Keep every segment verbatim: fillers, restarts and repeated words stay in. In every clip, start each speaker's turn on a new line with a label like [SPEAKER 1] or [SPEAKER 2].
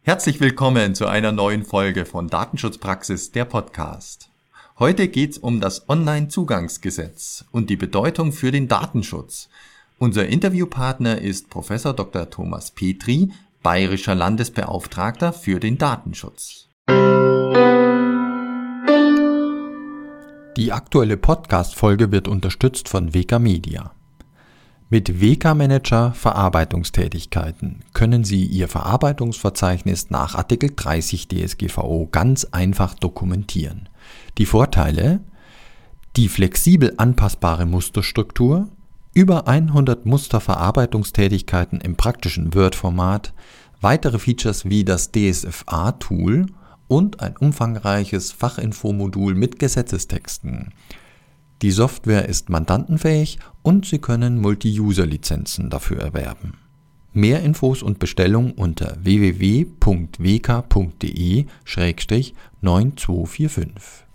[SPEAKER 1] Herzlich willkommen zu einer neuen Folge von Datenschutzpraxis, der Podcast. Heute geht's um das Online-Zugangsgesetz und die Bedeutung für den Datenschutz. Unser Interviewpartner ist Professor Doktor Thomas Petri, Bayerischer Landesbeauftragter für den Datenschutz. Die aktuelle Podcast-Folge wird unterstützt von W K Media. Mit W K Manager Verarbeitungstätigkeiten können Sie Ihr Verarbeitungsverzeichnis nach Artikel dreißig D S G V O ganz einfach dokumentieren. Die Vorteile: die flexibel anpassbare Musterstruktur, über hundert Musterverarbeitungstätigkeiten im praktischen Word-Format, weitere Features wie das D S F A-Tool und ein umfangreiches Fachinfomodul mit Gesetzestexten. Die Software ist mandantenfähig und Sie können Multi-User-Lizenzen dafür erwerben. Mehr Infos und Bestellung unter w w w punkt w k punkt d e slash neun zwei vier fünf.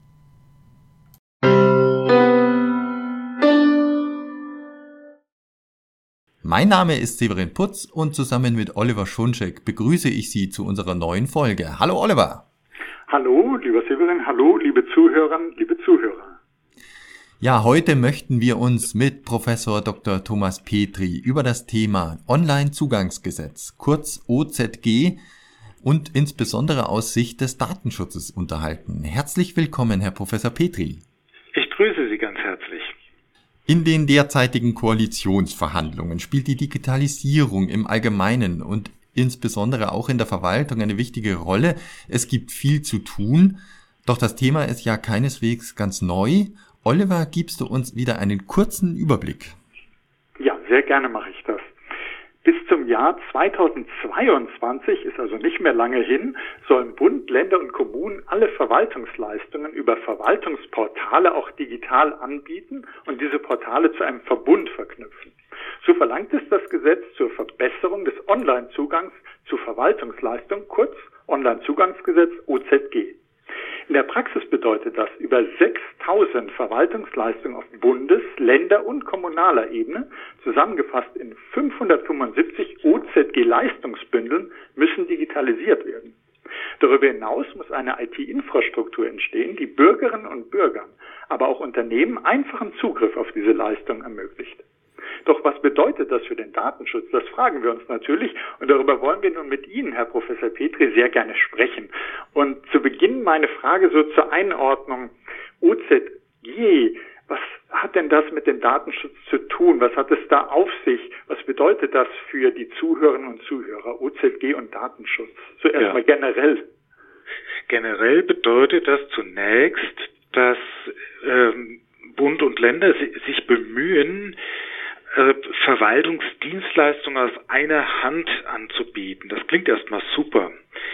[SPEAKER 1] Mein Name ist Severin Putz und zusammen mit Oliver Schunschek begrüße ich Sie zu unserer neuen Folge. Hallo Oliver!
[SPEAKER 2] Hallo, lieber Severin, hallo, liebe Zuhörerinnen, liebe Zuhörer.
[SPEAKER 1] Ja, heute möchten wir uns mit Professor Doktor Thomas Petri über das Thema Online-Zugangsgesetz, kurz O Z G, und insbesondere aus Sicht des Datenschutzes unterhalten. Herzlich willkommen, Herr Professor Petri.
[SPEAKER 2] Ich grüße Sie ganz herzlich.
[SPEAKER 1] In den derzeitigen Koalitionsverhandlungen spielt die Digitalisierung im Allgemeinen und insbesondere auch in der Verwaltung eine wichtige Rolle. Es gibt viel zu tun, doch das Thema ist ja keineswegs ganz neu. Oliver, gibst du uns wieder einen kurzen Überblick?
[SPEAKER 2] Ja, sehr gerne mache ich das. Bis zum Jahr zweitausendzweiundzwanzig, ist also nicht mehr lange hin, sollen Bund, Länder und Kommunen alle Verwaltungsleistungen über Verwaltungsportale auch digital anbieten und diese Portale zu einem Verbund verknüpfen. So verlangt es das Gesetz zur Verbesserung des Online-Zugangs zu Verwaltungsleistungen, kurz Online-Zugangsgesetz O Z G. In der Praxis bedeutet das, über sechstausend Verwaltungsleistungen auf Bundes-, Länder- und kommunaler Ebene, zusammengefasst in fünfhundertfünfundsiebzig O Z G-Leistungsbündeln, müssen digitalisiert werden. Darüber hinaus muss eine I T-Infrastruktur entstehen, die Bürgerinnen und Bürgern, aber auch Unternehmen einfachen Zugriff auf diese Leistungen ermöglicht. Doch was bedeutet das für den Datenschutz? Das fragen wir uns natürlich und darüber wollen wir nun mit Ihnen, Herr Professor Petri, sehr gerne sprechen. Und zu Beginn meine Frage so zur Einordnung. O Z G, was hat denn das mit dem Datenschutz zu tun? Was hat es da auf sich? Was bedeutet das für die Zuhörerinnen und Zuhörer, O Z G und Datenschutz? Zuerst ja. mal generell.
[SPEAKER 3] Generell bedeutet das zunächst, dass ähm, Bund und Länder sich bemühen, Verwaltungsdienstleistungen aus einer Hand anzubieten. Das klingt erstmal super.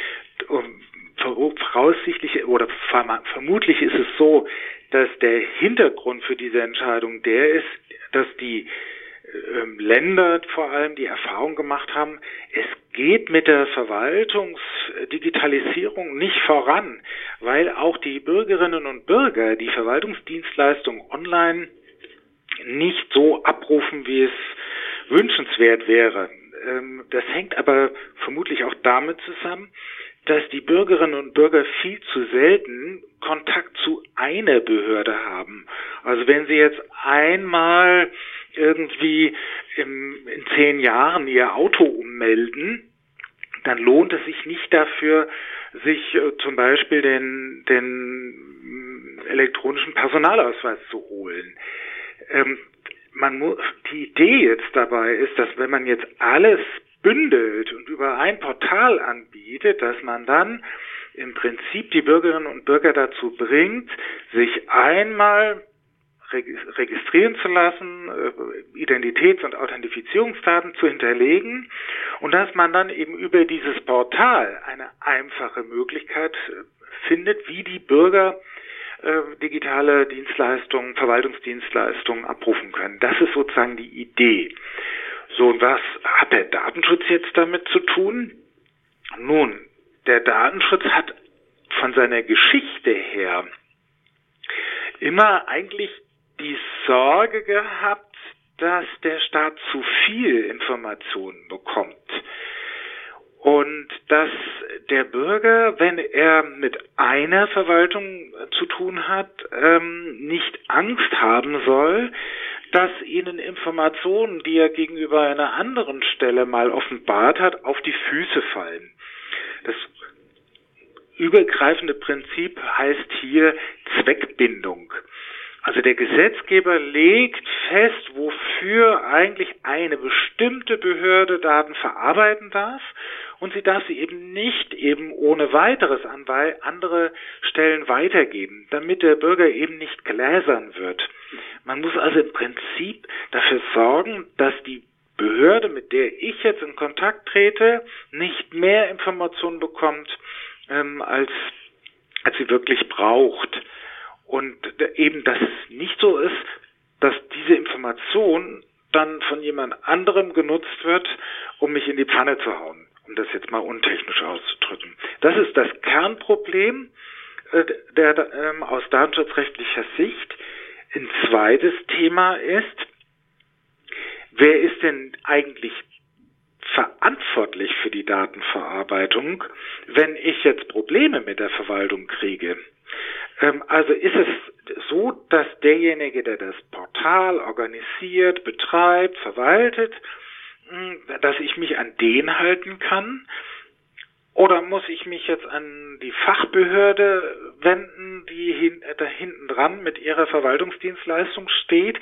[SPEAKER 3] Voraussichtlich oder vermutlich ist es so, dass der Hintergrund für diese Entscheidung der ist, dass die ähm, Länder vor allem die Erfahrung gemacht haben, es geht mit der Verwaltungsdigitalisierung nicht voran, weil auch die Bürgerinnen und Bürger die Verwaltungsdienstleistung online nicht so abrufen, wie es wünschenswert wäre. Das hängt aber vermutlich auch damit zusammen, dass die Bürgerinnen und Bürger viel zu selten Kontakt zu einer Behörde haben. Also wenn Sie jetzt einmal irgendwie im, in zehn Jahren Ihr Auto ummelden, dann lohnt es sich nicht dafür, sich äh, zum Beispiel den, den elektronischen Personalausweis zu holen. Ähm, man muss, die Idee jetzt dabei ist, dass wenn man jetzt alles bündelt und über ein Portal anbietet, dass man dann im Prinzip die Bürgerinnen und Bürger dazu bringt, sich einmal registrieren zu lassen, Identitäts- und Authentifizierungsdaten zu hinterlegen und dass man dann eben über dieses Portal eine einfache Möglichkeit findet, wie die Bürger äh, digitale Dienstleistungen, Verwaltungsdienstleistungen abrufen können. Das ist sozusagen die Idee. So, und was hat der Datenschutz jetzt damit zu tun? Nun, der Datenschutz hat von seiner Geschichte her immer eigentlich die Sorge gehabt, dass der Staat zu viel Informationen bekommt. Und dass der Bürger, wenn er mit einer Verwaltung zu tun hat, ähm, nicht Angst haben soll, dass ihnen Informationen, die er gegenüber einer anderen Stelle mal offenbart hat, auf die Füße fallen. Das übergreifende Prinzip heißt hier Zweckbindung. Also der Gesetzgeber legt fest, wofür eigentlich eine bestimmte Behörde Daten verarbeiten darf, und sie darf sie eben nicht eben ohne weiteres an andere Stellen weitergeben, damit der Bürger eben nicht gläsern wird. Man muss also im Prinzip dafür sorgen, dass die Behörde, mit der ich jetzt in Kontakt trete, nicht mehr Informationen bekommt, ähm, als, als sie wirklich braucht. Und eben, dass es nicht so ist, dass diese Information dann von jemand anderem genutzt wird, um mich in die Pfanne zu hauen, um das jetzt mal untechnisch auszudrücken. Das ist das Kernproblem äh, der, der, ähm, aus datenschutzrechtlicher Sicht. Ein zweites Thema ist, wer ist denn eigentlich verantwortlich für die Datenverarbeitung, wenn ich jetzt Probleme mit der Verwaltung kriege? Ähm, also ist es so, dass derjenige, der das Portal organisiert, betreibt, verwaltet, mh, dass ich mich an den halten kann? Oder muss ich mich jetzt an die Fachbehörde wenden, die hin, da hinten dran mit ihrer Verwaltungsdienstleistung steht?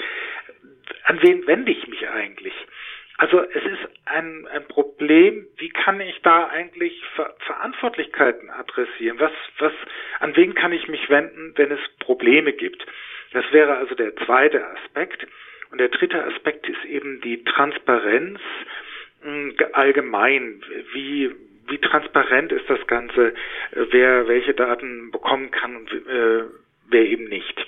[SPEAKER 3] An wen wende ich mich eigentlich? Also es ist ein, ein Problem, wie kann ich da eigentlich Ver- Verantwortlichkeiten adressieren? Was, was, an wen kann ich mich wenden, wenn es Probleme gibt? Das wäre also der zweite Aspekt. Und der dritte Aspekt ist eben die Transparenz mh, allgemein. Wie, wie transparent ist das Ganze, wer welche Daten bekommen kann und äh, wer eben nicht?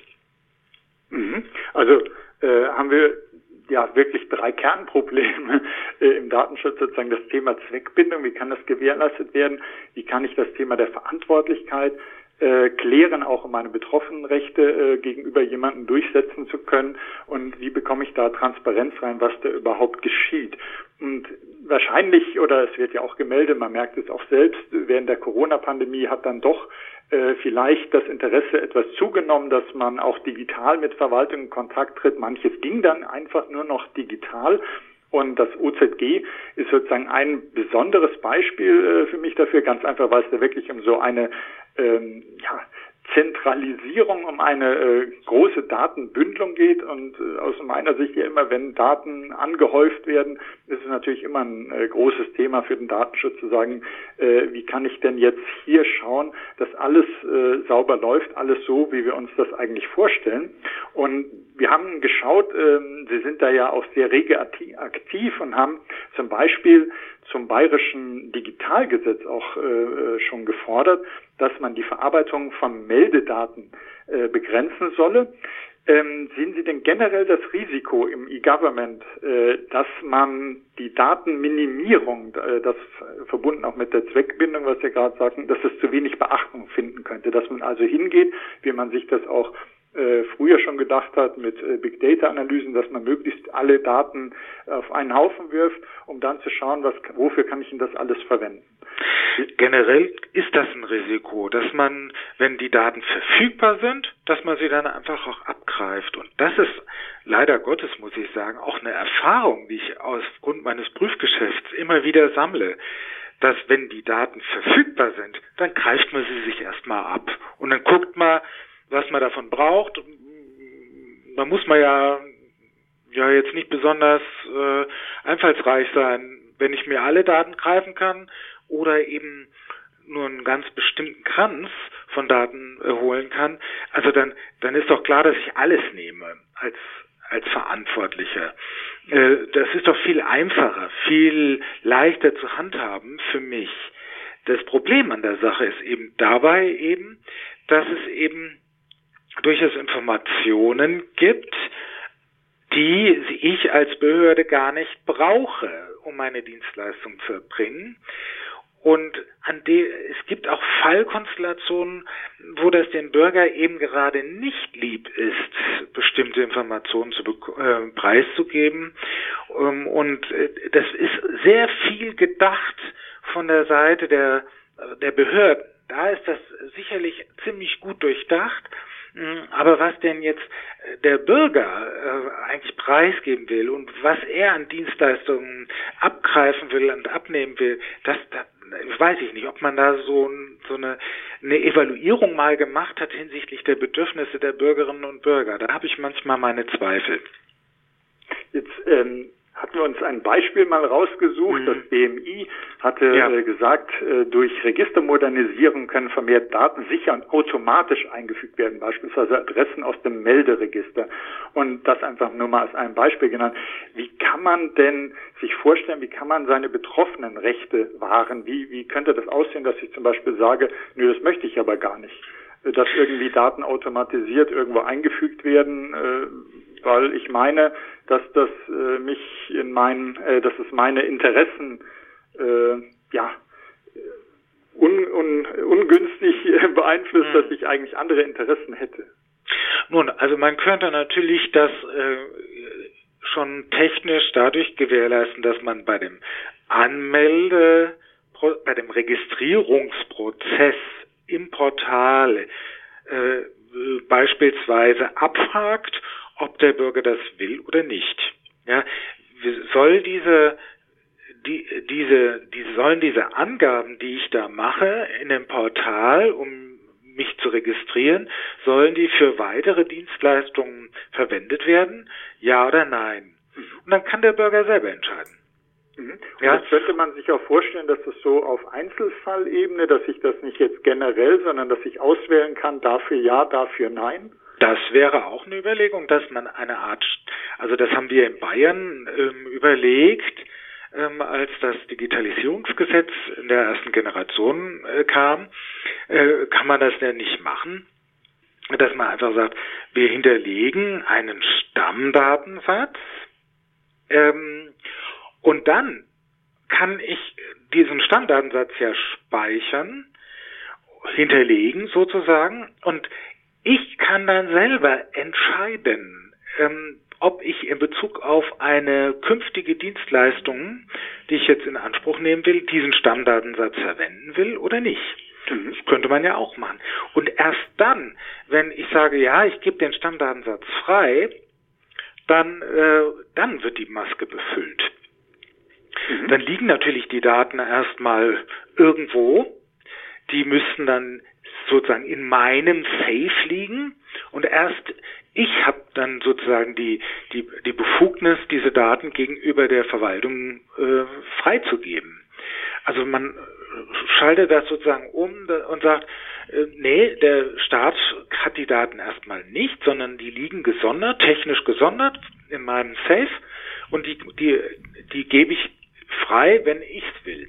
[SPEAKER 2] Mhm. Also äh, haben wir ja wirklich drei Kernprobleme äh, im Datenschutz, sozusagen das Thema Zweckbindung, wie kann das gewährleistet werden, wie kann ich das Thema der Verantwortlichkeit äh, klären, auch um meine Betroffenenrechte äh, gegenüber jemandem durchsetzen zu können, und wie bekomme ich da Transparenz rein, was da überhaupt geschieht. Und wahrscheinlich, oder es wird ja auch gemeldet, man merkt es auch selbst, während der Corona-Pandemie hat dann doch äh, vielleicht das Interesse etwas zugenommen, dass man auch digital mit Verwaltung in Kontakt tritt. Manches ging dann einfach nur noch digital. Und das O Z G ist sozusagen ein besonderes Beispiel äh, für mich dafür, ganz einfach, weil es da wirklich um so eine ähm, ja, Zentralisierung, um eine äh, große Datenbündelung geht. Und äh, aus meiner Sicht ja immer, wenn Daten angehäuft werden, ist es natürlich immer ein äh, großes Thema für den Datenschutz zu sagen, äh, wie kann ich denn jetzt hier schauen, dass alles äh, sauber läuft, alles so, wie wir uns das eigentlich vorstellen. Und wir haben geschaut, äh, Sie sind da ja auch sehr rege aktiv und haben zum Beispiel zum Bayerischen Digitalgesetz auch äh, schon gefordert, dass man die Verarbeitung von Meldedaten äh, begrenzen solle. Ähm, sehen Sie denn generell das Risiko im E-Government, äh, dass man die Datenminimierung, äh, das verbunden auch mit der Zweckbindung, was Sie gerade sagten, dass es zu wenig Beachtung finden könnte, dass man also hingeht, wie man sich das auch äh, früher schon gedacht hat mit äh, Big Data Analysen, dass man möglichst alle Daten auf einen Haufen wirft, um dann zu schauen, was, wofür kann ich denn das alles verwenden?
[SPEAKER 3] Generell ist das ein Risiko, dass man, wenn die Daten verfügbar sind, dass man sie dann einfach auch abgreift. Und das ist leider Gottes, muss ich sagen, auch eine Erfahrung, die ich aufgrund meines Prüfgeschäfts immer wieder sammle, dass wenn die Daten verfügbar sind, dann greift man sie sich erstmal ab. Und dann guckt man, was man davon braucht. Da muss man ja, ja jetzt nicht besonders äh, einfallsreich sein, wenn ich mir alle Daten greifen kann oder eben nur einen ganz bestimmten Kranz von Daten äh, holen kann. Also dann, dann ist doch klar, dass ich alles nehme als als Verantwortlicher. Äh, das ist doch viel einfacher, viel leichter zu handhaben für mich. Das Problem an der Sache ist eben dabei eben, dass es eben durchaus Informationen gibt, die ich als Behörde gar nicht brauche, um meine Dienstleistung zu erbringen. Und an de, es gibt auch Fallkonstellationen, wo das dem Bürger eben gerade nicht lieb ist, bestimmte Informationen zu äh, preiszugeben. Ähm, und äh, das ist sehr viel gedacht von der Seite der, der Behörden, da ist das sicherlich ziemlich gut durchdacht. Aber was denn jetzt der Bürger äh, eigentlich preisgeben will und was er an Dienstleistungen abgreifen will und abnehmen will, das, das weiß ich nicht, ob man da so, so eine, eine Evaluierung mal gemacht hat hinsichtlich der Bedürfnisse der Bürgerinnen und Bürger. Da habe ich manchmal meine Zweifel.
[SPEAKER 2] Jetzt ähm, hatten wir uns ein Beispiel mal rausgesucht. Mhm. Das B M I hatte ja. äh, gesagt, äh, durch Registermodernisierung können vermehrt Daten sicher und automatisch eingefügt werden, beispielsweise Adressen aus dem Melderegister. Und das einfach nur mal als ein Beispiel genannt. Wie kann man denn sich vorstellen, wie kann man seine betroffenen Rechte wahren? Wie, wie könnte das aussehen, dass ich zum Beispiel sage, nö, das möchte ich aber gar nicht, dass irgendwie Daten automatisiert irgendwo eingefügt werden, äh, weil ich meine, dass das äh, mich in meinen, äh, dass es meine Interessen äh, ja un, un, ungünstig äh, beeinflusst, mhm. dass ich eigentlich andere Interessen hätte.
[SPEAKER 3] Nun, also man könnte natürlich das äh, schon technisch dadurch gewährleisten, dass man bei dem Anmelde, bei dem Registrierungsprozess im Portal äh, beispielsweise abfragt, ob der Bürger das will oder nicht. Ja, soll diese, die, diese, diese, sollen diese Angaben, die ich da mache in dem Portal, um mich zu registrieren, sollen die für weitere Dienstleistungen verwendet werden? Ja oder nein? Und dann kann der Bürger selber entscheiden.
[SPEAKER 2] Mhm. Ja. Das könnte man sich auch vorstellen, dass das so auf Einzelfallebene, dass ich das nicht jetzt generell, sondern dass ich auswählen kann, dafür ja, dafür nein?
[SPEAKER 3] Das wäre auch eine Überlegung, dass man eine Art, also das haben wir in Bayern ähm, überlegt, ähm, als das Digitalisierungsgesetz in der ersten Generation äh, kam, äh, kann man das denn nicht machen, dass man einfach sagt, wir hinterlegen einen Stammdatensatz, ähm, und dann kann ich diesen Stammdatensatz ja speichern, hinterlegen sozusagen, und ich kann dann selber entscheiden, ähm, ob ich in Bezug auf eine künftige Dienstleistung, die ich jetzt in Anspruch nehmen will, diesen Stammdatensatz verwenden will oder nicht. Das könnte man ja auch machen. Und erst dann, wenn ich sage, ja, ich gebe den Stammdatensatz frei, dann, äh, dann wird die Maske befüllt. Mhm. Dann liegen natürlich die Daten erstmal irgendwo. Die müssten dann sozusagen in meinem Safe liegen, und erst ich habe dann sozusagen die, die, die Befugnis, diese Daten gegenüber der Verwaltung äh, freizugeben. Also man schaltet das sozusagen um und sagt, äh, nee, der Staat hat die Daten erstmal nicht, sondern die liegen gesondert, technisch gesondert in meinem Safe, und die, die, die gebe ich frei, wenn ich es will.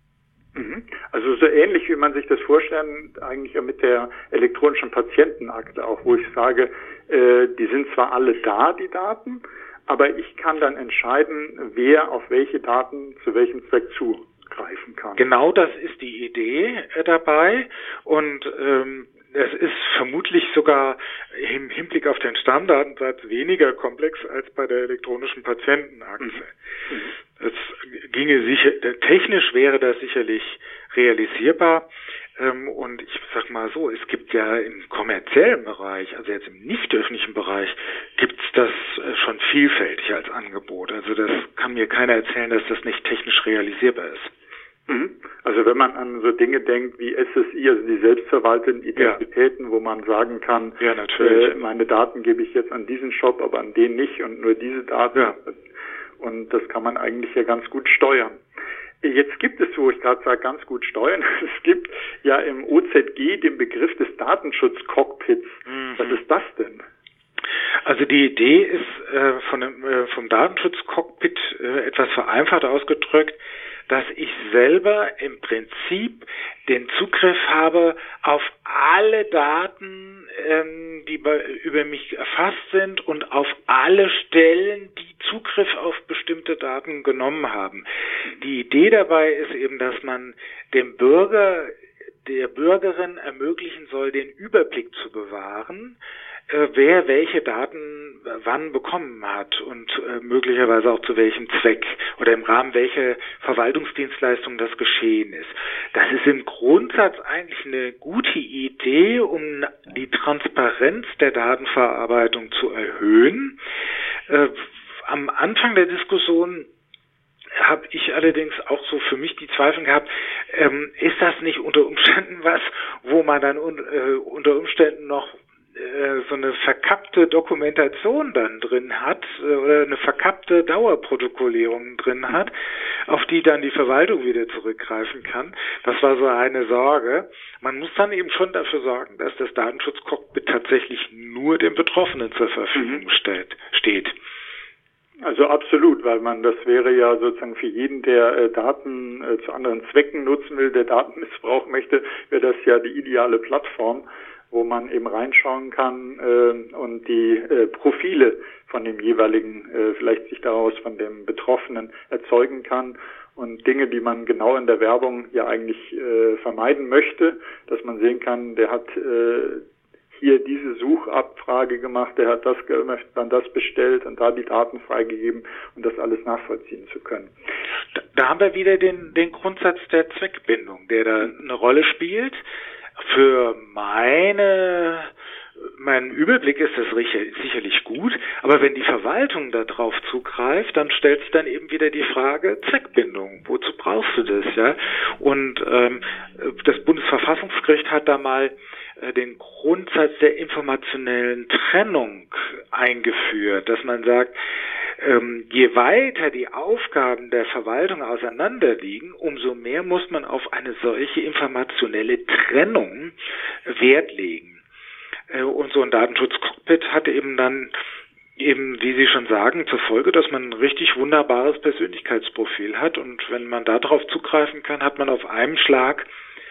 [SPEAKER 2] Also so ähnlich, wie man sich das vorstellen, eigentlich mit der elektronischen Patientenakte auch, wo ich sage, äh, die sind zwar alle da, die Daten, aber ich kann dann entscheiden, wer auf welche Daten zu welchem Zweck zugreifen kann.
[SPEAKER 3] Genau, das ist die Idee äh, dabei, und ähm, es ist vermutlich sogar im Hinblick auf den Stammdatensatz weniger komplex als bei der elektronischen Patientenakte. Mhm. Es ginge sicher, technisch wäre das sicherlich realisierbar. Ähm, und ich sag mal so, es gibt ja im kommerziellen Bereich, also jetzt im nicht öffentlichen Bereich, gibt's das äh, schon vielfältig als Angebot. Also das kann mir keiner erzählen, dass das nicht technisch realisierbar ist.
[SPEAKER 2] Also wenn man an so Dinge denkt wie S S I, also die selbstverwalteten Identitäten, ja. wo man sagen kann,
[SPEAKER 3] ja, natürlich.
[SPEAKER 2] Äh, meine Daten gebe ich jetzt an diesen Shop, aber an den nicht, und nur diese Daten.
[SPEAKER 3] Ja.
[SPEAKER 2] Und das kann man eigentlich ja ganz gut steuern. Jetzt gibt es, wo ich gerade sage, ganz gut steuern, es gibt ja im O Z G den Begriff des Datenschutzcockpits. Mhm. Was ist das denn?
[SPEAKER 3] Also die Idee ist äh, von dem, äh, vom Datenschutzcockpit äh, etwas vereinfacht ausgedrückt, dass ich selber im Prinzip den Zugriff habe auf alle Daten, ähm, die bei, über mich erfasst sind, und auf alle Stellen, die Zugriff auf bestimmte Daten genommen haben. Die Idee dabei ist eben, dass man dem Bürger, der Bürgerin ermöglichen soll, den Überblick zu bewahren, äh, wer welche Daten wann bekommen hat und äh, möglicherweise auch zu welchem Zweck oder im Rahmen welcher Verwaltungsdienstleistung das geschehen ist. Das ist im Grundsatz eigentlich eine gute Idee, um die Transparenz der Datenverarbeitung zu erhöhen. Äh, am Anfang der Diskussion habe ich allerdings auch so für mich die Zweifel gehabt, ähm, ist das nicht unter Umständen was, wo man dann un, äh, unter Umständen noch äh, so eine verkappte Dokumentation dann drin hat äh, oder eine verkappte Dauerprotokollierung drin hat, auf die dann die Verwaltung wieder zurückgreifen kann. Das war so eine Sorge. Man muss dann eben schon dafür sorgen, dass das Datenschutzcockpit tatsächlich nur dem Betroffenen zur Verfügung steht. steht.
[SPEAKER 2] Also absolut, weil man, das wäre ja sozusagen für jeden, der äh, Daten äh, zu anderen Zwecken nutzen will, der Datenmissbrauch möchte, wäre das ja die ideale Plattform, wo man eben reinschauen kann äh, und die äh, Profile von dem jeweiligen, äh, vielleicht sich daraus von dem Betroffenen erzeugen kann und Dinge, die man genau in der Werbung ja eigentlich äh, vermeiden möchte, dass man sehen kann, der hat äh, hier diese Suchabfrage gemacht, der hat das gemacht, dann das bestellt und da die Daten freigegeben und das alles nachvollziehen zu können.
[SPEAKER 3] Da, da haben wir wieder den, den Grundsatz der Zweckbindung, der da eine Rolle spielt. Für meine, meinen Überblick ist das sicherlich gut, aber wenn die Verwaltung da drauf zugreift, dann stellt sich dann eben wieder die Frage Zweckbindung. Wozu brauchst du das, ja? Und ähm, das Bundesverfassungsgericht hat da mal den Grundsatz der informationellen Trennung eingeführt, dass man sagt, ähm, je weiter die Aufgaben der Verwaltung auseinanderliegen, umso mehr muss man auf eine solche informationelle Trennung Wert legen. Äh, und so ein Datenschutzcockpit hat eben dann eben, wie Sie schon sagen, zur Folge, dass man ein richtig wunderbares Persönlichkeitsprofil hat und wenn man darauf zugreifen kann, hat man auf einem Schlag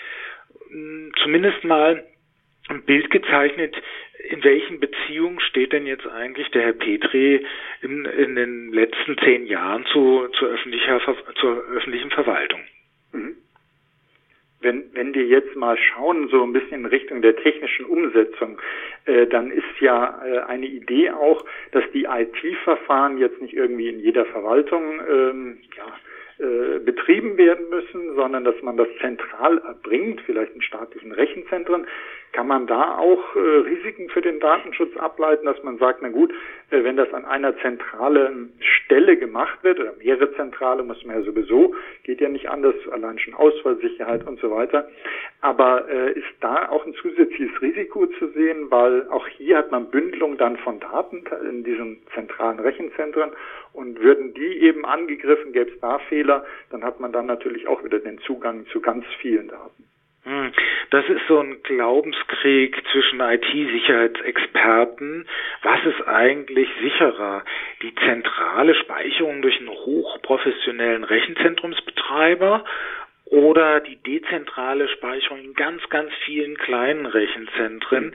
[SPEAKER 3] mh, zumindest mal ein Bild gezeichnet, in welchen Beziehungen steht denn jetzt eigentlich der Herr Petri in, in den letzten zehn Jahren zu, zu öffentlicher, zur öffentlichen Verwaltung.
[SPEAKER 2] Mhm. Wenn, wenn wir jetzt mal schauen, so ein bisschen in Richtung der technischen Umsetzung, äh, dann ist ja äh, eine Idee auch, dass die I T-Verfahren jetzt nicht irgendwie in jeder Verwaltung ähm, ja, äh, betrieben werden müssen, sondern dass man das zentral erbringt, vielleicht in staatlichen Rechenzentren. Kann man da auch äh, Risiken für den Datenschutz ableiten, dass man sagt, na gut, äh, wenn das an einer zentralen Stelle gemacht wird, oder mehrere zentrale, muss man ja sowieso, geht ja nicht anders, allein schon Ausfallsicherheit und so weiter. Aber äh, ist da auch ein zusätzliches Risiko zu sehen, weil auch hier hat man Bündelung dann von Daten in diesen zentralen Rechenzentren und würden die eben angegriffen, gäbe es da Fehler, dann hat man dann natürlich auch wieder den Zugang zu ganz vielen Daten.
[SPEAKER 3] Das ist so ein Glaubenskrieg zwischen I T-Sicherheitsexperten. Was ist eigentlich sicherer? Die zentrale Speicherung durch einen hochprofessionellen Rechenzentrumsbetreiber oder die dezentrale Speicherung in ganz, ganz vielen kleinen Rechenzentren?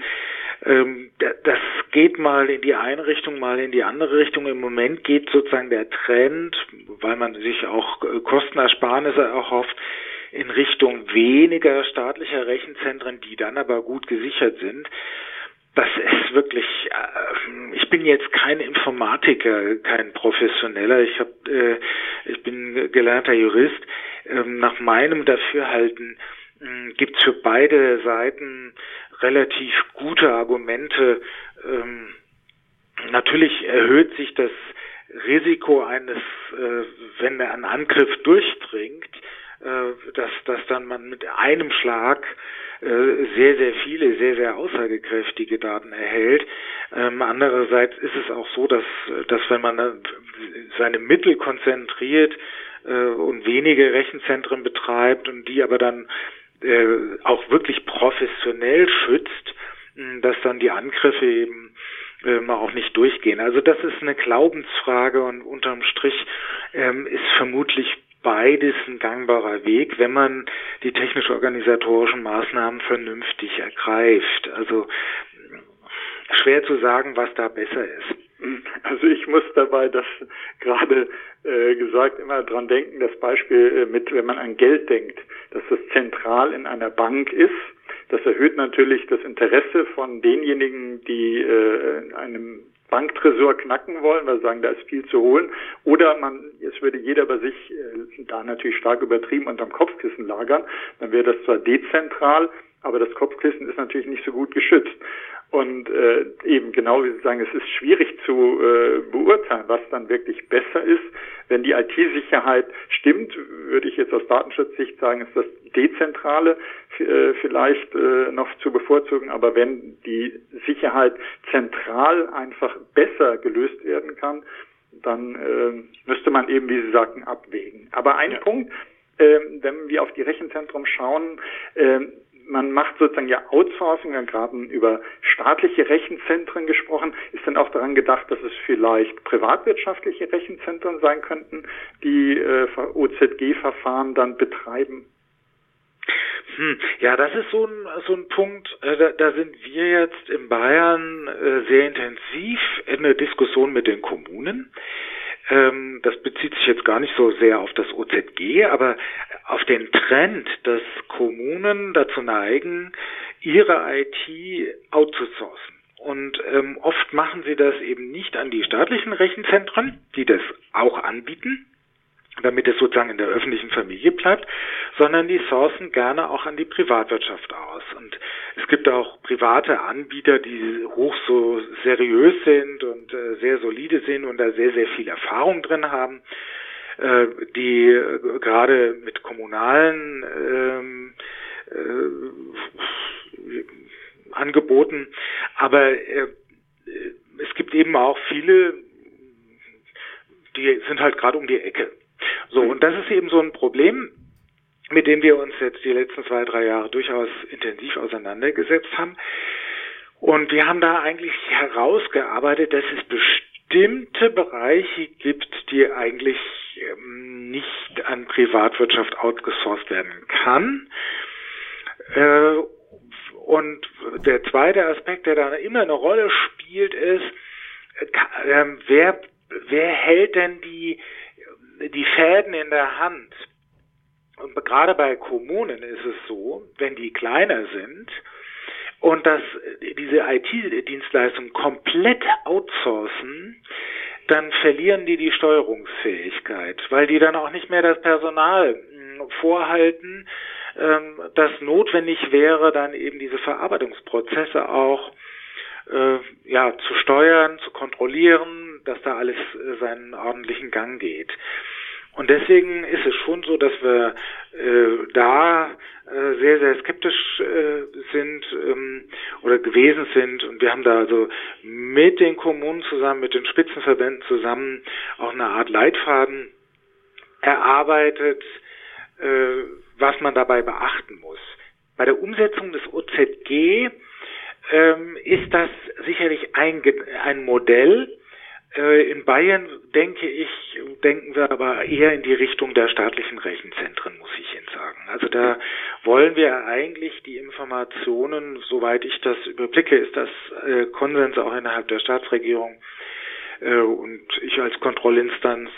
[SPEAKER 3] Das geht mal in die eine Richtung, mal in die andere Richtung. Im Moment geht sozusagen der Trend, weil man sich auch Kostenersparnisse erhofft, in Richtung weniger staatlicher Rechenzentren, die dann aber gut gesichert sind. Das ist wirklich, äh, ich bin jetzt kein Informatiker, kein Professioneller, ich hab, äh, ich bin gelernter Jurist. Ähm, nach meinem Dafürhalten äh, gibt's für beide Seiten relativ gute Argumente. Ähm, natürlich erhöht sich das Risiko eines, äh, wenn ein Angriff durchdringt, dass, dass dann man mit einem Schlag äh, sehr, sehr viele, sehr, sehr aussagekräftige Daten erhält. Ähm, andererseits ist es auch so, dass, dass wenn man seine Mittel konzentriert äh, und wenige Rechenzentren betreibt und die aber dann äh, auch wirklich professionell schützt, dass dann die Angriffe eben ähm, auch nicht durchgehen. Also das ist eine Glaubensfrage und unterm Strich ähm, ist vermutlich beides ein gangbarer Weg, wenn man die technisch-organisatorischen Maßnahmen vernünftig ergreift. Also schwer zu sagen, was da besser ist.
[SPEAKER 2] Also ich muss dabei das gerade äh, gesagt immer dran denken, das Beispiel äh, mit, wenn man an Geld denkt, dass das zentral in einer Bank ist, Das erhöht natürlich das Interesse von denjenigen, die äh, einem Banktresor knacken wollen, weil sie sagen, da ist viel zu holen. Oder man, es würde jeder bei sich äh, da natürlich stark übertrieben unterm Kopfkissen lagern. Dann wäre das zwar dezentral, aber das Kopfkissen ist natürlich nicht so gut geschützt. Und äh, eben genau wie Sie sagen, es ist schwierig zu äh, beurteilen, was dann wirklich besser ist. Wenn die I T-Sicherheit stimmt, würde ich jetzt aus Datenschutzsicht sagen, ist das Dezentrale äh, vielleicht äh, noch zu bevorzugen. Aber wenn die Sicherheit zentral einfach besser gelöst werden kann, dann äh, müsste man eben, wie Sie sagten, abwägen. Aber ein ja. Punkt, äh, wenn wir auf die Rechenzentren schauen, äh, man macht sozusagen ja Outsourcing, wir haben gerade über staatliche Rechenzentren gesprochen. Ist denn auch daran gedacht, dass es vielleicht privatwirtschaftliche Rechenzentren sein könnten, die äh, O Z G-Verfahren dann betreiben?
[SPEAKER 3] Hm, ja, das ist so ein, so ein Punkt, äh, da, da sind wir jetzt in Bayern äh, sehr intensiv in der Diskussion mit den Kommunen. Ähm, das bezieht sich jetzt gar nicht so sehr auf das O Z G, aber auf den Trend, dass Kommunen dazu neigen, ihre I T outzusourcen. Und ähm, oft machen sie das eben nicht an die staatlichen Rechenzentren, die das auch anbieten, damit es sozusagen in der öffentlichen Familie bleibt, sondern die sourcen gerne auch an die Privatwirtschaft aus. Und es gibt auch private Anbieter, die hoch so seriös sind und äh, sehr solide sind und da sehr, sehr viel Erfahrung drin haben, äh, die äh, gerade mit kommunalen ähm, äh, Angeboten, aber äh, es gibt eben auch viele, die sind halt gerade um die Ecke. So, und das ist eben so ein Problem, mit dem wir uns jetzt die letzten zwei, drei Jahre durchaus intensiv auseinandergesetzt haben. Und wir haben da eigentlich herausgearbeitet, dass es bestimmte Bereiche gibt, die eigentlich ähm, nicht an Privatwirtschaft outgesourced werden kann. Äh, und der zweite Aspekt, der da immer eine Rolle spielt, ist, äh, wer, wer hält denn die die Fäden in der Hand. Und gerade bei Kommunen ist es so, wenn die kleiner sind und dass diese I T-Dienstleistungen komplett outsourcen, dann verlieren die die Steuerungsfähigkeit, weil die dann auch nicht mehr das Personal vorhalten, das notwendig wäre, dann eben diese Verarbeitungsprozesse auch äh, ja zu steuern, zu kontrollieren, dass da alles äh, seinen ordentlichen Gang geht. Und deswegen ist es schon so, dass wir äh, da äh, sehr, sehr skeptisch äh, sind ähm, oder gewesen sind. Und wir haben da also mit den Kommunen zusammen, mit den Spitzenverbänden zusammen auch eine Art Leitfaden erarbeitet, äh, was man dabei beachten muss. Bei der Umsetzung des O Z G ähm, ist das sicherlich ein, ein Modell. Äh, in Bayern denke ich, denken wir aber eher in die Richtung der staatlichen Rechenzentren, muss ich Ihnen sagen. Also da wollen wir eigentlich die Informationen, soweit ich das überblicke, ist das äh, Konsens auch innerhalb der Staatsregierung. Äh, und ich als Kontrollinstanz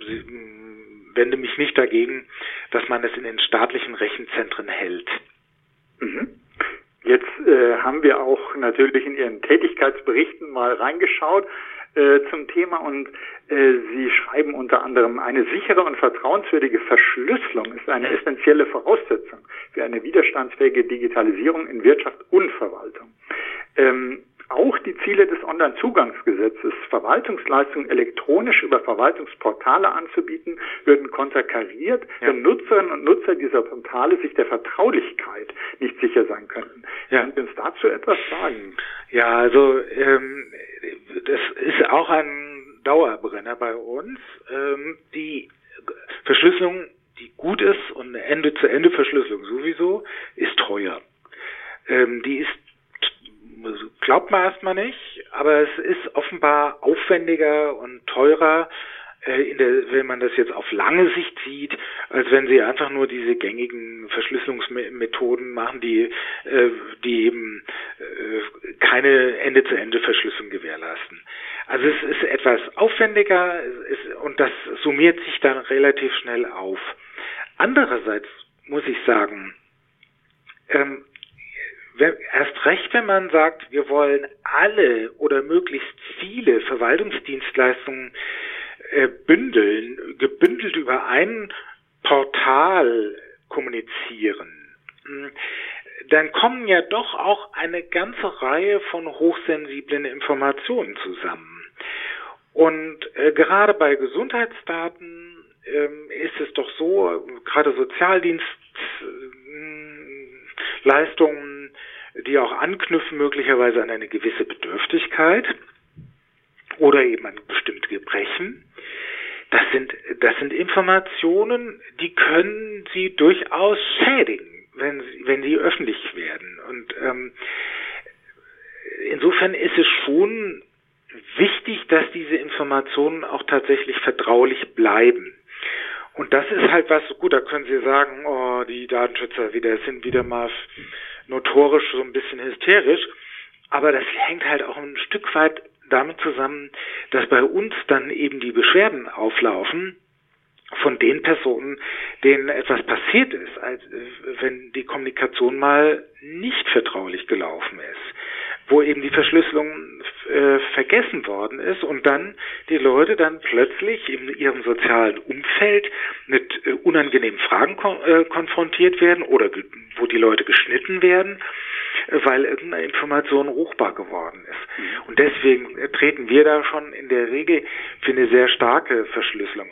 [SPEAKER 3] wende mich nicht dagegen, dass man es in den staatlichen Rechenzentren hält.
[SPEAKER 2] Mhm. Jetzt äh, haben wir auch natürlich in Ihren Tätigkeitsberichten mal reingeschaut äh, zum Thema und äh, Sie schreiben unter anderem, eine sichere und vertrauenswürdige Verschlüsselung ist eine essentielle Voraussetzung für eine widerstandsfähige Digitalisierung in Wirtschaft und Verwaltung. Ähm, Auch die Ziele des Onlinezugangsgesetzes, Verwaltungsleistungen elektronisch über Verwaltungsportale anzubieten, würden konterkariert, ja. wenn Nutzerinnen und Nutzer dieser Portale sich der Vertraulichkeit nicht sicher sein könnten. Ja. Können Sie uns dazu etwas sagen?
[SPEAKER 3] Ja, also ähm, das ist auch ein Dauerbrenner bei uns. Ähm, die Verschlüsselung, die gut ist und eine Ende-zu-Ende-Verschlüsselung sowieso, ist teuer. Ähm, die ist Glaubt man erstmal nicht, aber es ist offenbar aufwendiger und teurer, äh, in der, wenn man das jetzt auf lange Sicht sieht, als wenn sie einfach nur diese gängigen Verschlüsselungsmethoden machen, die, äh, die eben äh, keine Ende-zu-Ende-Verschlüsselung gewährleisten. Also es ist etwas aufwendiger es, und das summiert sich dann relativ schnell auf. Andererseits muss ich sagen, ähm, wenn, erst recht, wenn man sagt, wir wollen alle oder möglichst viele Verwaltungsdienstleistungen äh, bündeln, gebündelt über ein Portal kommunizieren, dann kommen ja doch auch eine ganze Reihe von hochsensiblen Informationen zusammen. Und äh, gerade bei Gesundheitsdaten ähm, ist es doch so, gerade Sozialdienstleistungen, die auch anknüpfen möglicherweise an eine gewisse Bedürftigkeit oder eben an bestimmte Gebrechen, das sind, das sind Informationen, die können Sie durchaus schädigen, wenn sie, wenn sie öffentlich werden. Und ähm, insofern ist es schon wichtig, dass diese Informationen auch tatsächlich vertraulich bleiben. Und das ist halt was, gut, da können Sie sagen, oh, die Datenschützer wieder sind wieder mal notorisch so ein bisschen hysterisch, aber das hängt halt auch ein Stück weit damit zusammen, dass bei uns dann eben die Beschwerden auflaufen von den Personen, denen etwas passiert ist, als wenn die Kommunikation mal nicht vertraulich gelaufen ist, wo eben die Verschlüsselung äh, vergessen worden ist und dann die Leute dann plötzlich in ihrem sozialen Umfeld mit äh, unangenehmen Fragen kon- äh, konfrontiert werden oder ge- wo die Leute geschnitten werden, äh, weil irgendeine Information ruchbar geworden ist. Mhm. Und deswegen äh, treten wir da schon in der Regel für eine sehr starke Verschlüsselung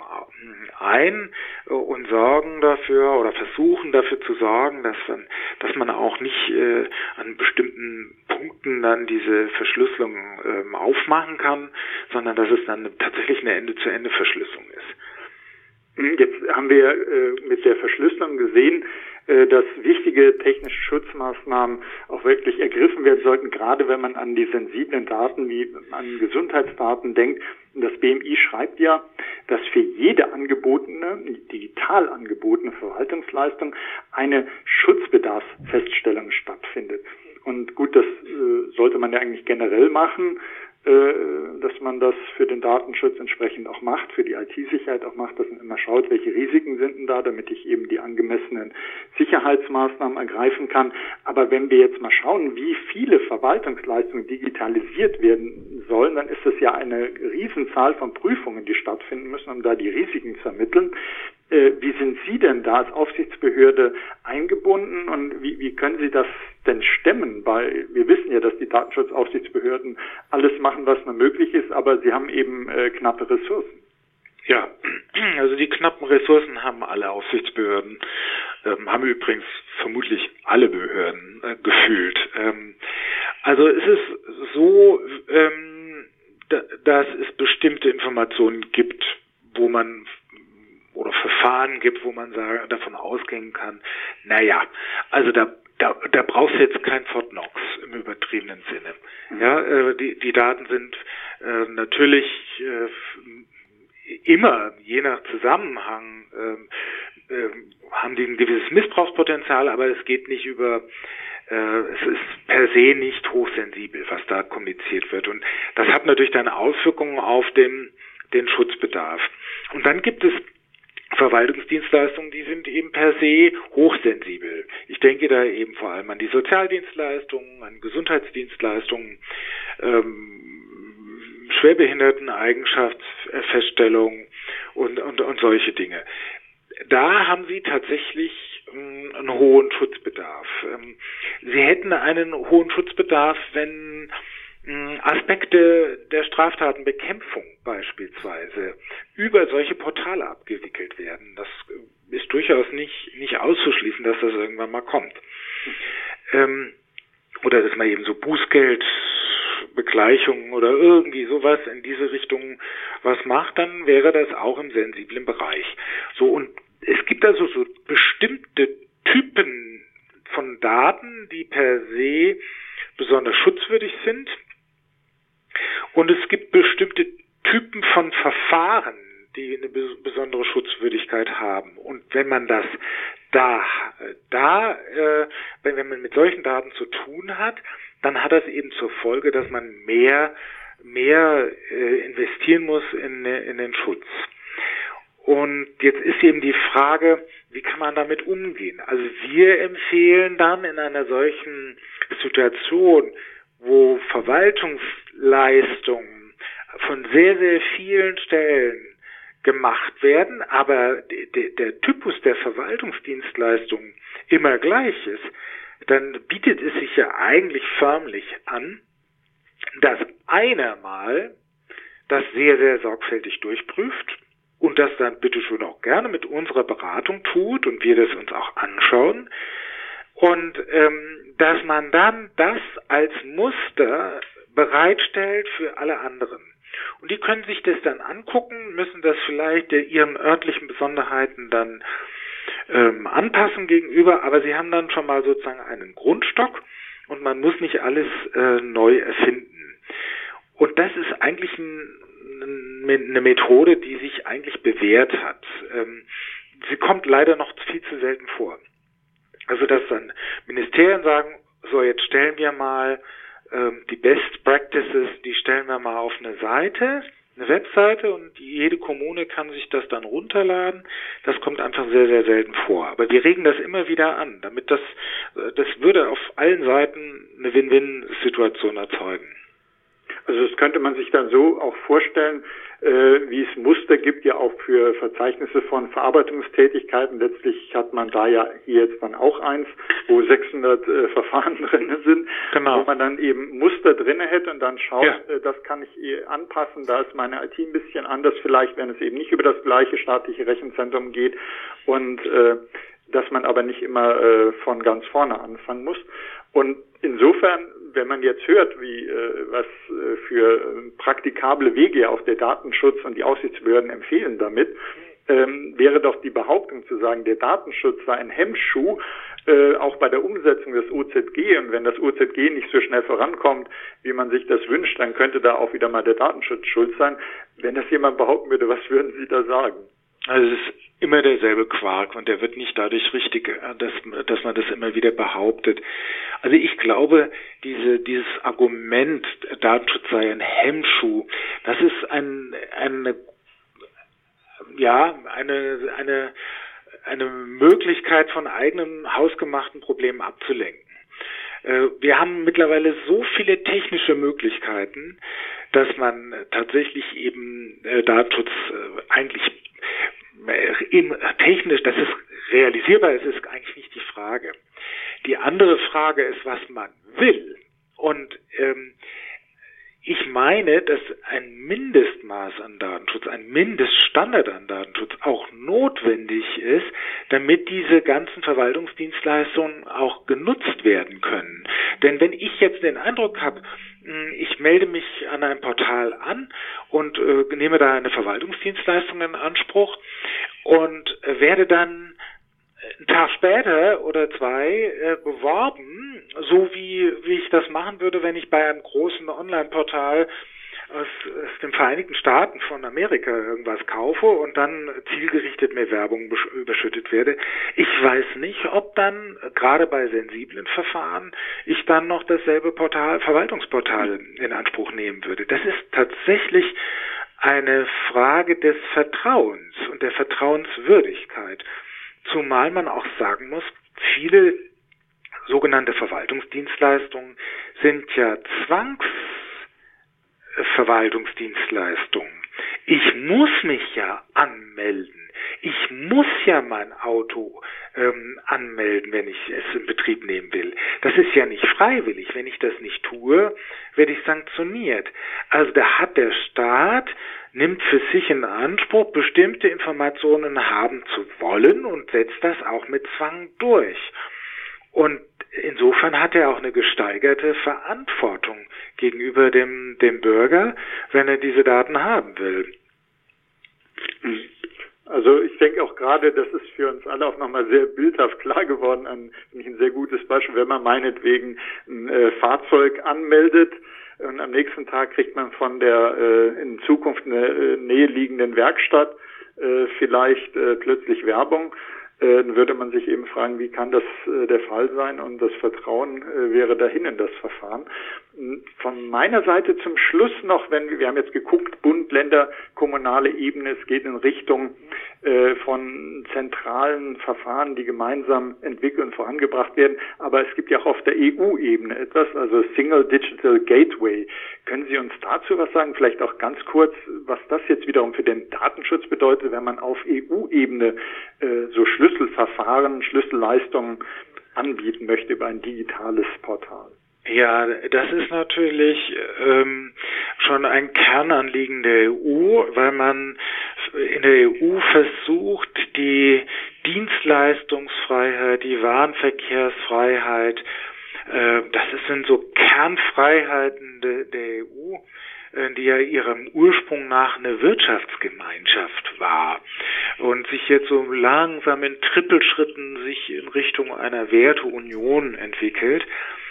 [SPEAKER 3] ein äh, und sorgen dafür oder versuchen dafür zu sorgen, dass man, dass man auch nicht äh, an bestimmten Punkten dann diese Verschlüsselung ähm, aufmachen kann, sondern dass es dann tatsächlich eine Ende-zu-Ende-Verschlüsselung ist.
[SPEAKER 2] Jetzt haben wir äh, mit der Verschlüsselung gesehen, äh, dass wichtige technische Schutzmaßnahmen auch wirklich ergriffen werden sollten, gerade wenn man an die sensiblen Daten wie an Gesundheitsdaten denkt. Und das B M I schreibt ja, dass für jede angebotene, digital angebotene Verwaltungsleistung eine Schutzbedarfsfeststellung stattfindet. Und gut, das äh, sollte man ja eigentlich generell machen, äh, dass man das für den Datenschutz entsprechend auch macht, für die I T-Sicherheit auch macht, dass man immer schaut, welche Risiken sind denn da, damit ich eben die angemessenen Sicherheitsmaßnahmen ergreifen kann. Aber wenn wir jetzt mal schauen, wie viele Verwaltungsleistungen digitalisiert werden sollen, dann ist es ja eine Riesenzahl von Prüfungen, die stattfinden müssen, um da die Risiken zu ermitteln. Wie sind Sie denn da als Aufsichtsbehörde eingebunden und wie, wie können Sie das denn stemmen? Weil wir wissen ja, dass die Datenschutzaufsichtsbehörden alles machen, was nur möglich ist, aber sie haben eben äh, knappe Ressourcen.
[SPEAKER 3] Ja, also die knappen Ressourcen haben alle Aufsichtsbehörden, ähm, haben übrigens vermutlich alle Behörden äh, gefühlt. Ähm, also es ist so, ähm, da, dass es bestimmte Informationen gibt, wo man oder Verfahren gibt, wo man sagen, davon ausgehen kann, naja, also da, da, da brauchst du jetzt kein Fort Knox im übertriebenen Sinne. Mhm. Ja, äh, die, die Daten sind äh, natürlich äh, immer, je nach Zusammenhang, äh, äh, haben die ein gewisses Missbrauchspotenzial, aber es geht nicht über, äh, es ist per se nicht hochsensibel, was da kommuniziert wird. Und das hat natürlich dann Auswirkungen auf den, den Schutzbedarf. Und dann gibt es Verwaltungsdienstleistungen, die sind eben per se hochsensibel. Ich denke da eben vor allem an die Sozialdienstleistungen, an Gesundheitsdienstleistungen, ähm, Schwerbehinderteneigenschaftsfeststellung und, und, und solche Dinge. Da haben Sie tatsächlich ähm, einen hohen Schutzbedarf. Ähm, Sie hätten einen hohen Schutzbedarf, wenn Aspekte der Straftatenbekämpfung beispielsweise über solche Portale abgewickelt werden. Das ist durchaus nicht nicht auszuschließen, dass das irgendwann mal kommt. Ähm, oder dass man eben so Bußgeldbegleichungen oder irgendwie sowas in diese Richtung was macht, dann wäre das auch im sensiblen Bereich. So, und es gibt also so bestimmte Typen von Daten, die per se besonders schutzwürdig sind. Und es gibt bestimmte Typen von Verfahren, die eine besondere Schutzwürdigkeit haben. Und wenn man das da, da, äh, wenn, wenn man mit solchen Daten zu tun hat, dann hat das eben zur Folge, dass man mehr, mehr äh, investieren muss in, in den Schutz. Und jetzt ist eben die Frage, wie kann man damit umgehen? Also wir empfehlen dann in einer solchen Situation, wo Verwaltungsleistungen von sehr, sehr vielen Stellen gemacht werden, aber de, der Typus der Verwaltungsdienstleistungen immer gleich ist, dann bietet es sich ja eigentlich förmlich an, dass einer mal das sehr, sehr sorgfältig durchprüft und das dann bitteschön auch gerne mit unserer Beratung tut und wir das uns auch anschauen und ähm, dass man dann das als Muster bereitstellt für alle anderen. Und die können sich das dann angucken, müssen das vielleicht ihren örtlichen Besonderheiten dann ähm, anpassen gegenüber, aber sie haben dann schon mal sozusagen einen Grundstock und man muss nicht alles äh, neu erfinden. Und das ist eigentlich ein eine Methode, die sich eigentlich bewährt hat. Ähm, sie kommt leider noch viel zu selten vor. Also, dass dann Ministerien sagen, so, jetzt stellen wir mal ähm, die Best Practices, die stellen wir mal auf eine Seite, eine Webseite und jede Kommune kann sich das dann runterladen. Das kommt einfach sehr, sehr selten vor. Aber wir regen das immer wieder an, damit das, das würde auf allen Seiten eine Win-Win-Situation erzeugen.
[SPEAKER 2] Also das könnte man sich dann so auch vorstellen, äh, wie es Muster gibt, ja auch für Verzeichnisse von Verarbeitungstätigkeiten. Letztlich hat man da ja hier jetzt dann auch eins, wo sechshundert äh, Verfahren drin sind,
[SPEAKER 3] genau.
[SPEAKER 2] Wo man dann eben Muster drinne hätte und dann schaut,
[SPEAKER 3] ja.
[SPEAKER 2] äh, das kann ich eh anpassen, da ist meine I T ein bisschen anders vielleicht, wenn es eben nicht über das gleiche staatliche Rechenzentrum geht und äh, dass man aber nicht immer äh, von ganz vorne anfangen muss. Und insofern, wenn man jetzt hört, wie äh, was äh, für äh, praktikable Wege auch der Datenschutz und die Aufsichtsbehörden empfehlen damit, ähm, wäre doch die Behauptung zu sagen, der Datenschutz sei ein Hemmschuh, äh, auch bei der Umsetzung des O Z G. Und wenn das O Z G nicht so schnell vorankommt, wie man sich das wünscht, dann könnte da auch wieder mal der Datenschutz schuld sein. Wenn das jemand behaupten würde, was würden Sie da sagen?
[SPEAKER 3] Also es ist immer derselbe Quark und der wird nicht dadurch richtig, dass, dass man das immer wieder behauptet. Also ich glaube, diese, dieses Argument, Datenschutz sei ein Hemmschuh, das ist ein, eine, ja, eine, eine, eine Möglichkeit von eigenen hausgemachten Problemen abzulenken. Wir haben mittlerweile so viele technische Möglichkeiten, dass man tatsächlich eben Datenschutz eigentlich eben technisch, das ist realisierbar, es ist eigentlich nicht die Frage. Die andere Frage ist, was man will. Und ähm, ich meine, dass ein Mindestmaß an Datenschutz, ein Mindeststandard an Datenschutz auch notwendig ist, damit diese ganzen Verwaltungsdienstleistungen auch genutzt werden können. Denn wenn ich jetzt den Eindruck habe, ich melde mich an ein Portal an und äh, nehme da eine Verwaltungsdienstleistung in Anspruch und äh, werde dann einen Tag später oder zwei äh, beworben, so wie wie ich das machen würde, wenn ich bei einem großen Online-Portal aus, aus den Vereinigten Staaten von Amerika irgendwas kaufe und dann zielgerichtet mit Werbung überschüttet werde. Ich weiß nicht, ob dann, gerade bei sensiblen Verfahren, ich dann noch dasselbe Portal, Verwaltungsportal in Anspruch nehmen würde. Das ist tatsächlich eine Frage des Vertrauens und der Vertrauenswürdigkeit. Zumal man auch sagen muss, viele sogenannte Verwaltungsdienstleistungen sind ja Zwangsverwaltungsdienstleistungen. Ich muss mich ja anmelden. Ich muss ja mein Auto ähm, anmelden, wenn ich es in Betrieb nehmen will. Das ist ja nicht freiwillig. Wenn ich das nicht tue, werde ich sanktioniert. Also da hat der Staat, nimmt für sich in Anspruch, bestimmte Informationen haben zu wollen und setzt das auch mit Zwang durch. Und insofern hat er auch eine gesteigerte Verantwortung gegenüber dem, dem Bürger, wenn er diese Daten haben will.
[SPEAKER 2] Also ich denke auch gerade, das ist für uns alle auch nochmal sehr bildhaft klar geworden, ein, ein sehr gutes Beispiel, wenn man meinetwegen ein äh, Fahrzeug anmeldet und am nächsten Tag kriegt man von der äh, in Zukunft eine äh, näheliegenden Werkstatt äh, vielleicht äh, plötzlich Werbung. Dann würde man sich eben fragen, wie kann das äh, der Fall sein? Und das Vertrauen äh, wäre dahin in das Verfahren. Von meiner Seite zum Schluss noch, wenn wir, wir haben jetzt geguckt, Bund, Länder, kommunale Ebene, es geht in Richtung äh, von zentralen Verfahren, die gemeinsam entwickelt und vorangebracht werden, aber es gibt ja auch auf der E U-Ebene etwas, also Single Digital Gateway. Können Sie uns dazu was sagen? Vielleicht auch ganz kurz, was das jetzt wiederum für den Datenschutz bedeutet, wenn man auf E U-Ebene äh, so Schlüsselverfahren, Schlüsselleistungen anbieten möchte über ein digitales Portal.
[SPEAKER 3] Ja, das ist natürlich ähm, schon ein Kernanliegen der E U, weil man in der E U versucht, die Dienstleistungsfreiheit, die Warenverkehrsfreiheit, äh, das sind so Kernfreiheiten de, der E U, äh, die ja ihrem Ursprung nach eine Wirtschaftsgemeinschaft war und sich jetzt so langsam in Trippelschritten sich in Richtung einer Werteunion entwickelt.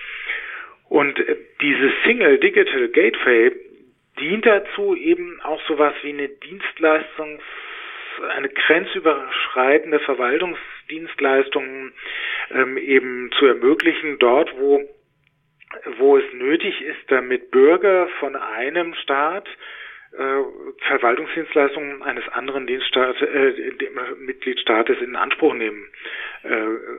[SPEAKER 3] Und dieses Single Digital Gateway dient dazu, eben auch sowas wie eine Dienstleistungs-, eine grenzüberschreitende Verwaltungsdienstleistung ähm, eben zu ermöglichen, dort wo, wo es nötig ist, damit Bürger von einem Staat äh, Verwaltungsdienstleistungen eines anderen Dienststaat, äh, Mitgliedstaates in Anspruch nehmen äh,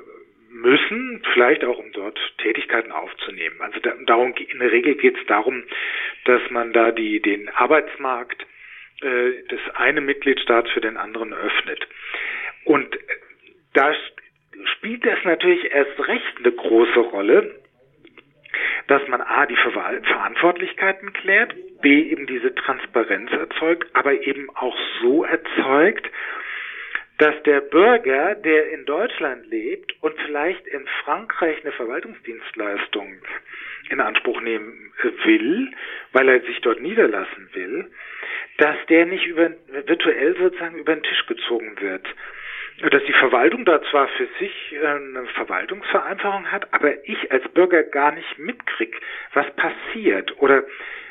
[SPEAKER 3] müssen, vielleicht auch um dort Tätigkeiten aufzunehmen. Also da, darum, in der Regel geht es darum, dass man da die den Arbeitsmarkt äh, des einen Mitgliedstaats für den anderen öffnet. Und da spielt das natürlich erst recht eine große Rolle, dass man a. die Ver- Verantwortlichkeiten klärt, b. eben diese Transparenz erzeugt, aber eben auch so erzeugt, dass der Bürger, der in Deutschland lebt und vielleicht in Frankreich eine Verwaltungsdienstleistung in Anspruch nehmen will, weil er sich dort niederlassen will, dass der nicht über, virtuell sozusagen über den Tisch gezogen wird. Dass die Verwaltung da zwar für sich eine Verwaltungsvereinfachung hat, aber ich als Bürger gar nicht mitkriege, was passiert. Oder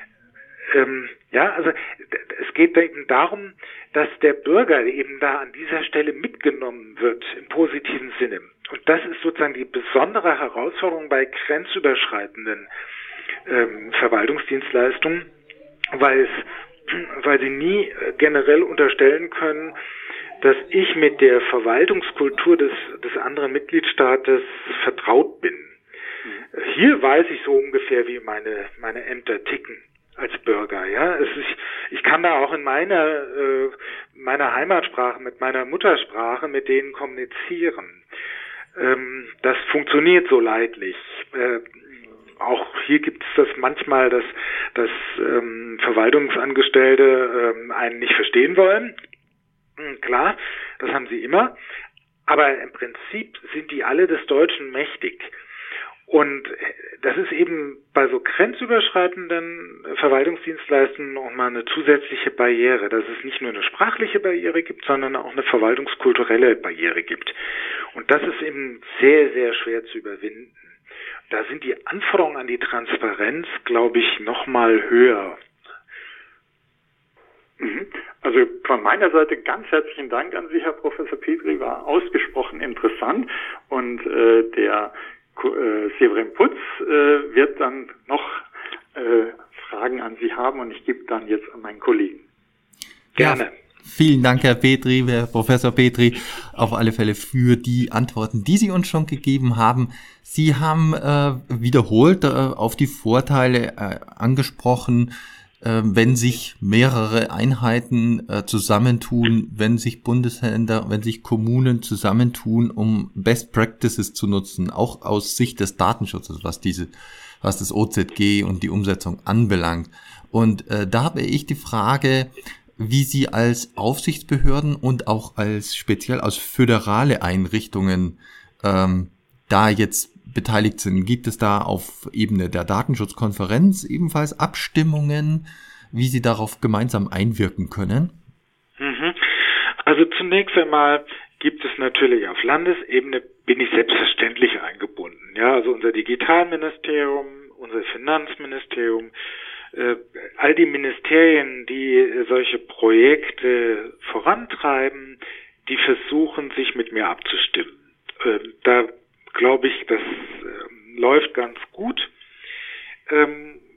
[SPEAKER 3] ähm, ja, also es geht eben darum, dass der Bürger eben da an dieser Stelle mitgenommen wird im positiven Sinne. Und das ist sozusagen die besondere Herausforderung bei grenzüberschreitenden ähm, Verwaltungsdienstleistungen, weil es, weil sie nie generell unterstellen können, dass ich mit der Verwaltungskultur des, des anderen Mitgliedstaates vertraut bin. Hier weiß ich so ungefähr, wie meine, meine Ämter ticken als Bürger, ja. Es ist, ich kann da auch in meiner, äh, meiner Heimatsprache, mit meiner Muttersprache mit denen kommunizieren. Ähm, das funktioniert so leidlich. Äh, auch hier gibt es das manchmal, dass, dass ähm, Verwaltungsangestellte ähm, einen nicht verstehen wollen. Hm, klar, das haben sie immer. Aber im Prinzip sind die alle des Deutschen mächtig. Und das ist eben bei so grenzüberschreitenden Verwaltungsdienstleistungen noch mal eine zusätzliche Barriere, dass es nicht nur eine sprachliche Barriere gibt, sondern auch eine verwaltungskulturelle Barriere gibt. Und das ist eben sehr, sehr schwer zu überwinden. Da sind die Anforderungen an die Transparenz, glaube ich, noch mal höher.
[SPEAKER 2] Also von meiner Seite ganz herzlichen Dank an Sie, Herr Professor Petri, war ausgesprochen interessant. Und äh, der äh, Severin Putz äh, wird dann noch äh, Fragen an Sie haben und ich gebe dann jetzt an meinen Kollegen.
[SPEAKER 1] Gerne. Ja, vielen Dank, Herr Petri, Herr Professor Petri, auf alle Fälle für die Antworten, die Sie uns schon gegeben haben. Sie haben äh, wiederholt äh, auf die Vorteile äh, angesprochen, wenn sich mehrere Einheiten äh, zusammentun, wenn sich Bundesländer, wenn sich Kommunen zusammentun, um Best Practices zu nutzen, auch aus Sicht des Datenschutzes, was diese, was das O Z G und die Umsetzung anbelangt. Und äh, da habe ich die Frage, wie Sie als Aufsichtsbehörden und auch als speziell als föderale Einrichtungen ähm, da jetzt beteiligt sind. Gibt es da auf Ebene der Datenschutzkonferenz ebenfalls Abstimmungen, wie Sie darauf gemeinsam einwirken können?
[SPEAKER 3] Also zunächst einmal gibt es natürlich auf Landesebene, bin ich selbstverständlich eingebunden. Ja, also unser Digitalministerium, unser Finanzministerium, äh, all die Ministerien, die solche Projekte vorantreiben, die versuchen, sich mit mir abzustimmen. Äh, da glaube ich, das äh, läuft ganz gut. Ähm,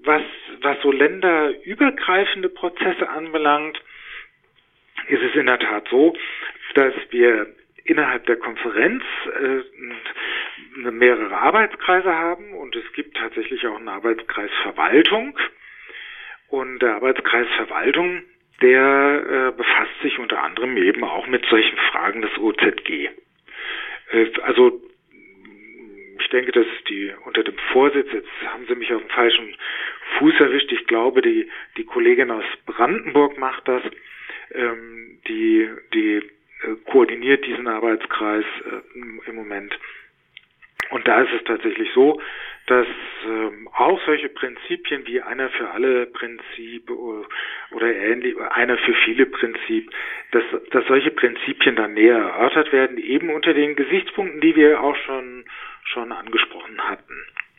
[SPEAKER 3] was, was so länderübergreifende Prozesse anbelangt, ist es in der Tat so, dass wir innerhalb der Konferenz äh, mehrere Arbeitskreise haben und es gibt tatsächlich auch einen Arbeitskreis Verwaltung. Und der Arbeitskreis Verwaltung, der äh, befasst sich unter anderem eben auch mit solchen Fragen des O Z G. Äh, also ich denke, dass die unter dem Vorsitz, jetzt haben Sie mich auf dem falschen Fuß erwischt, ich glaube, die die Kollegin aus Brandenburg macht das, ähm, die die äh, koordiniert diesen Arbeitskreis äh, im Moment. Und da ist es tatsächlich so, dass ähm, auch solche Prinzipien wie einer für alle Prinzip oder ähnlich, einer für viele Prinzip, dass, dass solche Prinzipien dann näher erörtert werden, eben unter den Gesichtspunkten, die wir auch schon, schon angesprochen hatten.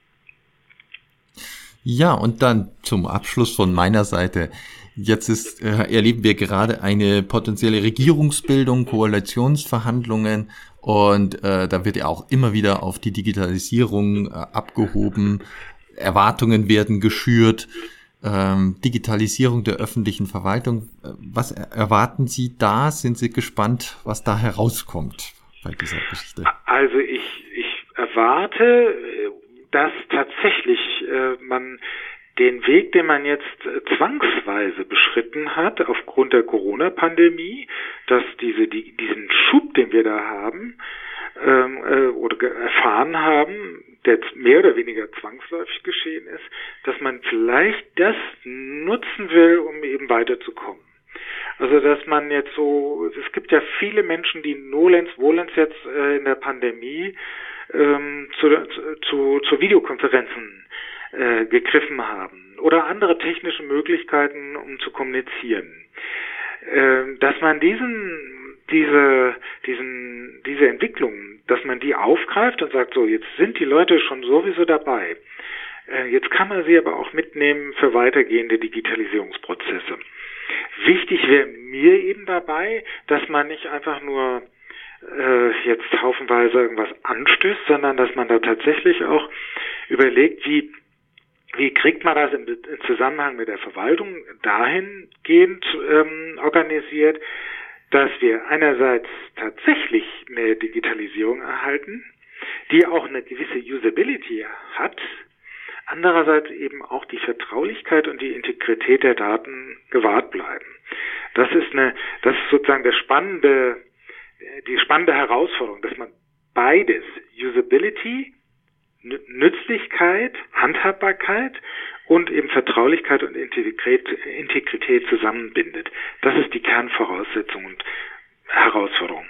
[SPEAKER 1] Ja, und dann zum Abschluss von meiner Seite. Jetzt ist, äh, erleben wir gerade eine potenzielle Regierungsbildung, Koalitionsverhandlungen und äh, da wird ja auch immer wieder auf die Digitalisierung äh, abgehoben. Erwartungen werden geschürt. Ähm, Digitalisierung der öffentlichen Verwaltung. Was erwarten Sie da? Sind Sie gespannt, was da herauskommt bei dieser Geschichte?
[SPEAKER 3] Also ich, ich erwarte, dass tatsächlich äh, man den Weg, den man jetzt zwangsweise beschritten hat aufgrund der Corona-Pandemie, dass diese die, diesen Schub, den wir da haben ähm, äh, oder erfahren haben, der mehr oder weniger zwangsläufig geschehen ist, dass man vielleicht das nutzen will, um eben weiterzukommen. Also dass man jetzt so, es gibt ja viele Menschen, die nolens volens jetzt äh, in der Pandemie ähm, zu, zu, zu Videokonferenzen Äh, gegriffen haben oder andere technische Möglichkeiten, um zu kommunizieren. Äh, dass man diesen, diese, diesen, diese Entwicklung, dass man die aufgreift und sagt, so, jetzt sind die Leute schon sowieso dabei. Äh, jetzt kann man sie aber auch mitnehmen für weitergehende Digitalisierungsprozesse. Wichtig wäre mir eben dabei, dass man nicht einfach nur äh, jetzt haufenweise irgendwas anstößt, sondern dass man da tatsächlich auch überlegt, wie Wie kriegt man das im, im Zusammenhang mit der Verwaltung dahingehend ähm, organisiert, dass wir einerseits tatsächlich eine Digitalisierung erhalten, die auch eine gewisse Usability hat, andererseits eben auch die Vertraulichkeit und die Integrität der Daten gewahrt bleiben. Das ist eine, das ist sozusagen der spannende, die spannende Herausforderung, dass man beides, Usability, Nützlichkeit, Handhabbarkeit und eben Vertraulichkeit und Integrität, Integrität zusammenbindet. Das ist die Kernvoraussetzung und Herausforderung.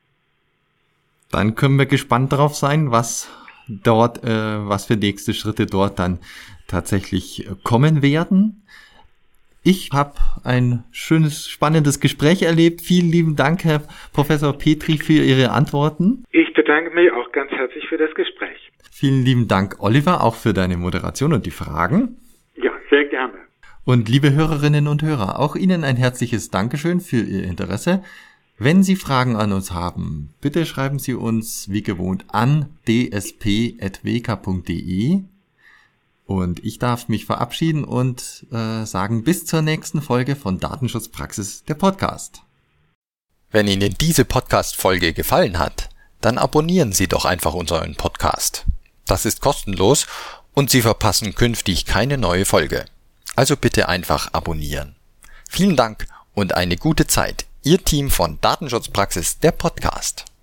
[SPEAKER 1] Dann können wir gespannt darauf sein, was dort, äh, was für nächste Schritte dort dann tatsächlich kommen werden. Ich habe ein schönes, spannendes Gespräch erlebt. Vielen lieben Dank, Herr Professor Petri, für Ihre Antworten.
[SPEAKER 3] Ich bedanke mich auch ganz herzlich für das Gespräch.
[SPEAKER 1] Vielen lieben Dank, Oliver, auch für deine Moderation und die Fragen.
[SPEAKER 2] Ja, sehr gerne.
[SPEAKER 1] Und liebe Hörerinnen und Hörer, auch Ihnen ein herzliches Dankeschön für Ihr Interesse. Wenn Sie Fragen an uns haben, bitte schreiben Sie uns wie gewohnt an d s p at w k punkt d e. Und ich darf mich verabschieden und äh, sagen bis zur nächsten Folge von Datenschutzpraxis, der Podcast. Wenn Ihnen diese Podcast-Folge gefallen hat, dann abonnieren Sie doch einfach unseren Podcast. Das ist kostenlos und Sie verpassen künftig keine neue Folge. Also bitte einfach abonnieren. Vielen Dank und eine gute Zeit. Ihr Team von Datenschutzpraxis, der Podcast.